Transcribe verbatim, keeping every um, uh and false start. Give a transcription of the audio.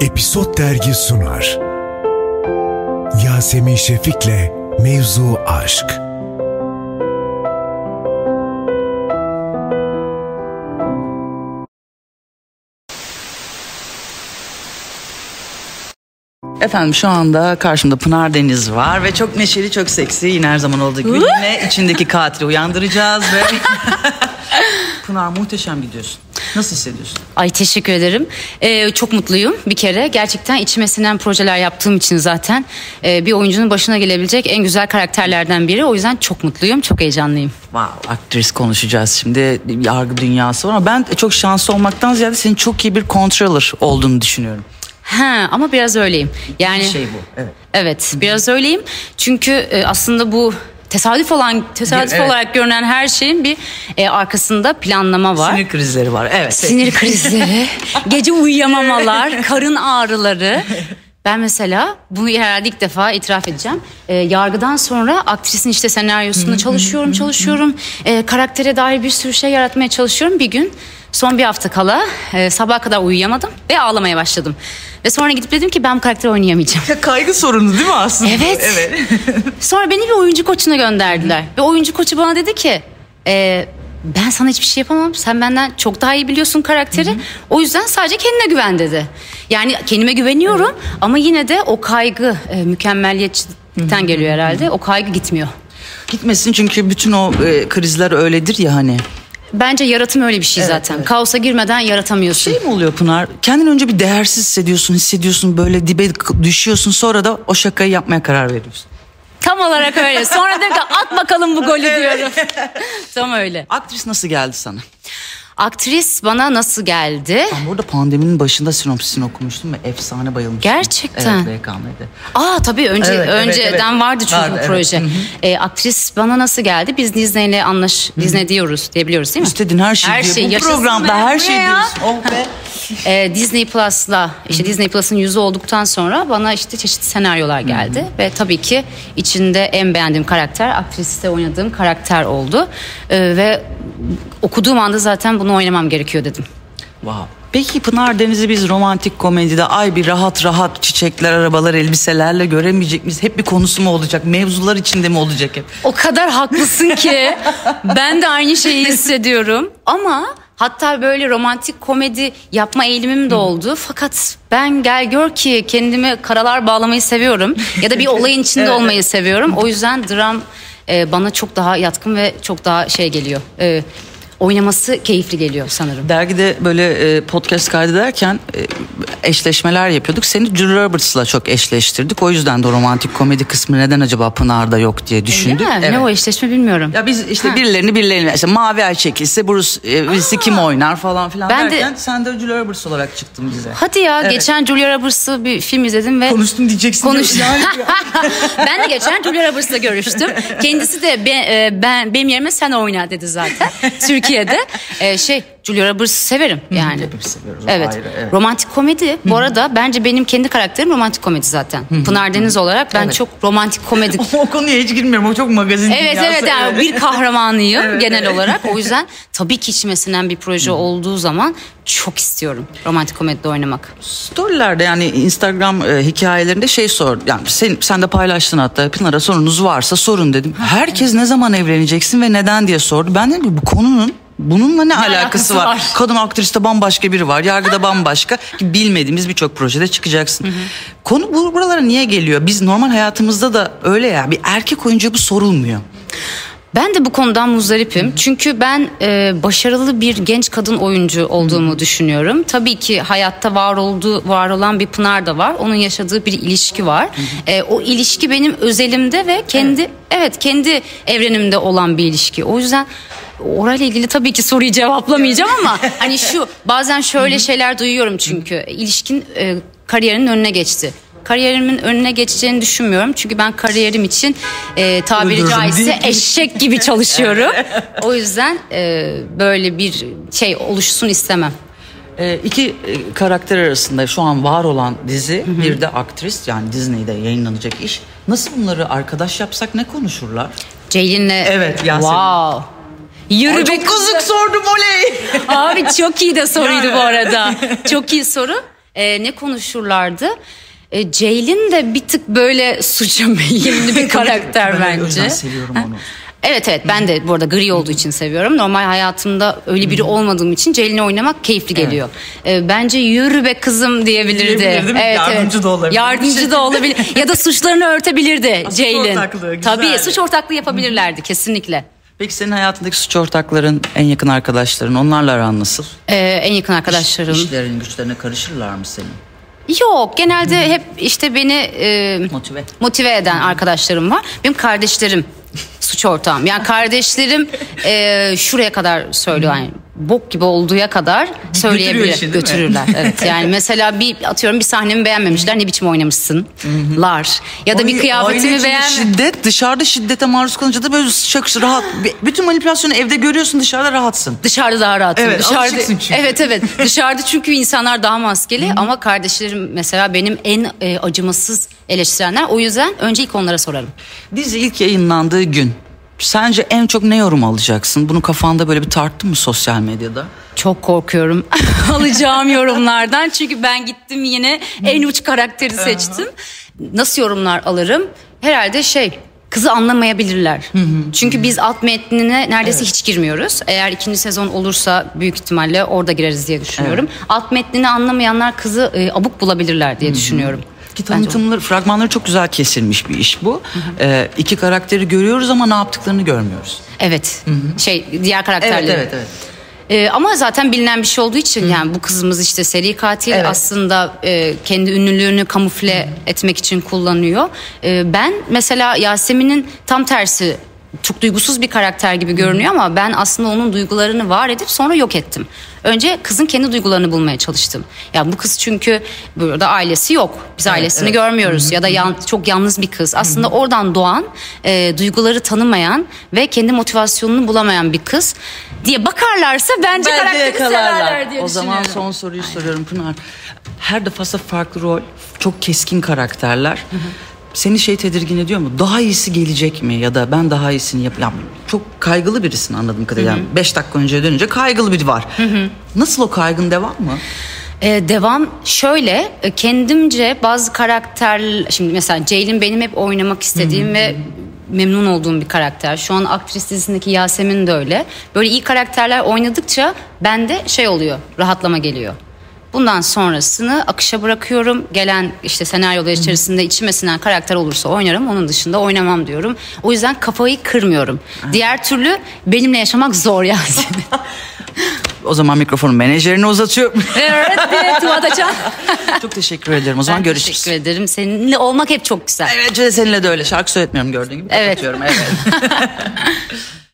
Episod Dergi sunar. Yasemin Şefik'le Mevzu Aşk. Efendim şu anda karşımda Pınar Deniz var ve çok neşeli, çok seksi, yine her zaman olduğu gibi yine içindeki katili uyandıracağız ve Pınar, muhteşem gidiyorsun. Nasıl hissediyorsun? Ay, teşekkür ederim. Ee, çok mutluyum bir kere. Gerçekten içime sinen projeler yaptığım için zaten e, bir oyuncunun başına gelebilecek en güzel karakterlerden biri. O yüzden çok mutluyum, çok heyecanlıyım. Wow, aktris konuşacağız şimdi. Yargı dünyası var ama ben çok şanslı olmaktan ziyade senin çok iyi bir controller olduğunu düşünüyorum. Ha, ama biraz öyleyim. Yani Bir şey bu. Evet. Evet, biraz öyleyim. Çünkü e, aslında bu tesadüf olan tesadüf Evet. olarak görünen her şeyin bir e, arkasında planlama var. Sinir krizleri var. Evet. Sinir krizleri, gece uyuyamamalar, karın ağrıları. Ben mesela bunu herhalde ilk defa itiraf edeceğim. E, yargıdan sonra aktrisin işte senaryosunda çalışıyorum, çalışıyorum. E, karaktere dair bir sürü şey yaratmaya çalışıyorum. Bir gün son bir hafta kala e, sabaha kadar uyuyamadım ve ağlamaya başladım. Ve sonra gidip dedim ki ben bu karakteri oynayamayacağım. Ya, kaygı sorunu değil mi aslında? Evet. Evet. Sonra beni bir oyuncu koçuna gönderdiler. Ve oyuncu koçu bana dedi ki... E, ben sana hiçbir şey yapamam. Sen benden çok daha iyi biliyorsun karakteri. Hı hı. O yüzden sadece kendine güven dedi. Yani kendime güveniyorum, evet, ama yine de o kaygı e, mükemmelliyetçilikten, hı hı, geliyor herhalde. O kaygı gitmiyor. Gitmesin, çünkü bütün o e, krizler öyledir ya hani. Bence yaratım öyle bir şey, evet, zaten. Evet. Kaosa girmeden yaratamıyorsun. Şey mi oluyor Pınar? Kendin önce bir değersiz hissediyorsun, hissediyorsun, böyle dibe düşüyorsun. Sonra da o şakayı yapmaya karar veriyorsun. Tam olarak öyle. Sonra dedim ki at bakalım bu golü diyorum. Tam öyle. Aktris nasıl geldi sana? Aktris bana nasıl geldi? Ben burada pandeminin başında sinopsisini okumuştum ve efsane bayılmıştım. Gerçekten. Evet, B K M'de. Aa tabii önce evet, önceden evet, evet. vardı çünkü vardı, bu proje. Evet. E, aktris bana nasıl geldi? Biz Disney ile anlaş, Hı-hı. Disney diyoruz diyebiliyoruz değil mi? İstediğin her şeyi her diye. Şey, bu programda her şey diyoruz. Oh be. e, Disney Plus'la işte Hı-hı. Disney Plus'ın yüzü olduktan sonra bana işte çeşitli senaryolar geldi. Hı-hı. Ve tabii ki içinde en beğendiğim karakter, aktriste oynadığım karakter oldu. E, ve okuduğum anda zaten bunu oynamam gerekiyor dedim. Wow. Peki Pınar Deniz'i biz romantik komedide ay bir rahat rahat çiçekler, arabalar, elbiselerle göremeyecek miyiz? Hep bir konusu mu olacak? Mevzular içinde mi olacak hep? O kadar haklısın ki ben de aynı şeyi hissediyorum. Ama hatta böyle romantik komedi yapma eğilimim de oldu. Fakat ben gel gör ki kendimi karalar bağlamayı seviyorum. Ya da bir olayın içinde evet. olmayı seviyorum. O yüzden dram e, bana çok daha yatkın ve çok daha şey geliyor. E, oynaması keyifli geliyor sanırım. Dergide böyle podcast kaydederken eşleşmeler yapıyorduk. Seni Julia Roberts'la çok eşleştirdik. O yüzden de romantik komedi kısmı neden acaba Pınar'da yok diye düşündük. Evet. Ne o eşleşme bilmiyorum. Ya biz işte ha. birilerini birilerini işte Mavi Ay çekilse Bruce Willis'i kim oynar falan filan ben derken de... sen de Julia Roberts olarak çıktın bize. Hadi ya, evet. Geçen Julia Roberts'ı bir film izledim ve konuştum diyeceksin. Konuştum. Ben de geçen Julia Roberts'la görüştüm. Kendisi de ben, ben benim yerime sen oyna dedi zaten. Türkiye'de ee, şey Julia Roberts'ı severim yani. Hepimiz seviyoruz. Evet. Ayrı, evet. Romantik komedi. Bu arada bence benim kendi karakterim romantik komedi zaten. Pınar Deniz olarak ben evet. çok romantik komedi. O konuya hiç girmiyorum. O çok magazin evet, dünyası. Evet evet yani bir kahramanıyım evet, evet. genel olarak. O yüzden tabii ki içime sinen bir proje olduğu zaman çok istiyorum romantik komedide oynamak. Storylerde yani Instagram e, hikayelerinde şey sor. Yani sen, sen de paylaştın hatta. Pınar'a sorunuz varsa sorun dedim. Herkes ne zaman evleneceksin ve neden diye sordu. Ben dedim ki bu konunun bununla ne, ne alakası, alakası var? var? Kadın aktriste bambaşka biri var. Yargıda bambaşka. Bilmediğimiz birçok projede çıkacaksın. Hı hı. Konu bu, buralara niye geliyor? Biz normal hayatımızda da öyle ya. Bir erkek oyuncuya bu sorulmuyor. Ben de bu konudan muzdaripim. Hı. Çünkü ben e, başarılı bir genç kadın oyuncu olduğumu Hı. düşünüyorum. Tabii ki hayatta var olduğu, var olan bir Pınar da var. Onun yaşadığı bir ilişki var. E, o ilişki benim özelimde ve kendi evet. evet kendi evrenimde olan bir ilişki. O yüzden orayla ilgili tabii ki soruyu cevaplamayacağım ama hani şu bazen şöyle şeyler duyuyorum çünkü ilişkin e, kariyerinin önüne geçti. Kariyerimin önüne geçeceğini düşünmüyorum. Çünkü ben kariyerim için e, tabiri Öldürdüm, caizse eşek gibi çalışıyorum. O yüzden e, böyle bir şey oluşsun istemem. E, iki e, karakter arasında şu an var olan dizi, Hı-hı. bir de aktris, yani Disney'de yayınlanacak iş. Nasıl bunları arkadaş yapsak ne konuşurlar? Ceylin'le. Evet, Yasemin. Wow. Yürü çok kızık sordum oley. Abi çok iyi de soruydu bu arada. Çok iyi soru. E, ne konuşurlardı? E, Ceylin de bir tık böyle suça meyilli bir karakter ben bence. Ben o yüzden seviyorum onu. Evet evet ben de bu arada gri olduğu için seviyorum. Normal hayatımda öyle biri olmadığım için Ceylin'i oynamak keyifli geliyor. Evet. Ee, bence yürü be kızım diyebilirdi. Diyebilir, evet, yardımcı evet. da olabilir. Yardımcı da olabilir. Ya da suçlarını örtebilirdi Suç Ceylin. ortaklığı, güzel. Tabii suç ortaklığı yapabilirlerdi kesinlikle. Peki senin hayatındaki suç ortakların, en yakın arkadaşların, onlarla aran nasıl? Ee, en yakın arkadaşlarım. İş, işlerin güçlerine karışırlar mı senin? Yok genelde hep işte beni e, Motive. motive eden arkadaşlarım var. Benim kardeşlerim suç ortağım. Yani kardeşlerim e, şuraya kadar söylüyor yani bok gibi olduğuya kadar söyleyebilir, işi, değil mi? götürürler. Evet yani mesela bir atıyorum bir sahnemi beğenmemişler, ne biçim oynamışsınlar ya da bir Ay, kıyafetimi aile içinde beğenme. şiddet, dışarıda şiddete maruz kalınca da böyle çok rahat. Bütün manipülasyonu evde görüyorsun, dışarıda rahatsın. Dışarıda daha rahatım. Evet, Dışarıda, alışıksın çünkü. evet evet. Dışarıda çünkü insanlar daha maskeli ama kardeşlerim mesela benim en e, acımasız eleştirenler. O yüzden önce ilk onlara sorarım. Dizi ilk yayınlandığı gün sence en çok ne yorum alacaksın? Bunu kafanda böyle bir tarttın mı sosyal medyada? Çok korkuyorum alacağım yorumlardan. Çünkü ben gittim yine en uç karakteri seçtim. Nasıl yorumlar alırım? Herhalde şey... Kızı anlamayabilirler. Hı hı, Çünkü hı. biz alt metnine neredeyse evet. hiç girmiyoruz. Eğer ikinci sezon olursa büyük ihtimalle orada gireriz diye düşünüyorum. Evet. Alt metnini anlamayanlar kızı e, abuk bulabilirler diye hı hı. düşünüyorum. Ki tanıtımları, fragmanları çok güzel kesilmiş bir iş bu. Hı hı. Ee, iki karakteri görüyoruz ama ne yaptıklarını görmüyoruz. Evet. Hı hı. Şey diğer karakterleri. Evet evet evet. Ee, ama zaten bilinen bir şey olduğu için Hı. yani bu kızımız işte seri katil evet. aslında e, kendi ünlülüğünü kamufle Hı. etmek için kullanıyor. E, ben mesela Yasemin'in tam tersi çok duygusuz bir karakter gibi görünüyor Hı. ama ben aslında onun duygularını var edip sonra yok ettim. Önce kızın kendi duygularını bulmaya çalıştım. Yani bu kız çünkü burada ailesi yok. Biz evet, ailesini evet. görmüyoruz. Hı-hı. Ya da yan, çok yalnız bir kız. Aslında Hı-hı. oradan doğan, e, duyguları tanımayan ve kendi motivasyonunu bulamayan bir kız diye bakarlarsa bence, bence karakteri severler diye O zaman son soruyu soruyorum Pınar. Her defasında farklı rol, çok keskin karakterler. Hı-hı. Seni şey tedirgin ediyor mu? Daha iyisi gelecek mi? Ya da ben daha iyisini yapacağım. Çok kaygılı birisin anladığım kadarıyla. Yani beş dakika önce dönünce kaygılı biri var. Hı hı. Nasıl o kaygın devam mı? Ee, devam şöyle kendimce bazı karakter, şimdi mesela Ceylin benim hep oynamak istediğim hı hı. ve memnun olduğum bir karakter. Şu an Aktris dizisindeki Yasemin de öyle. Böyle iyi karakterler oynadıkça bende şey oluyor, rahatlama geliyor. Bundan sonrasını akışa bırakıyorum. Gelen işte senaryolar içerisinde içime sinen karakter olursa oynarım. Onun dışında oynamam diyorum. O yüzden kafayı kırmıyorum. Diğer türlü benimle yaşamak zor yani. O zaman mikrofonu menajerine uzatıyorum. Evet, evet Tuğat Açan. Çok teşekkür ederim. O zaman ben görüşürüz. Teşekkür ederim. Seninle olmak hep çok güzel. Evet, seninle de öyle. Şarkı söyletmiyorum gördüğün gibi. Evet. Kapatıyorum. Evet.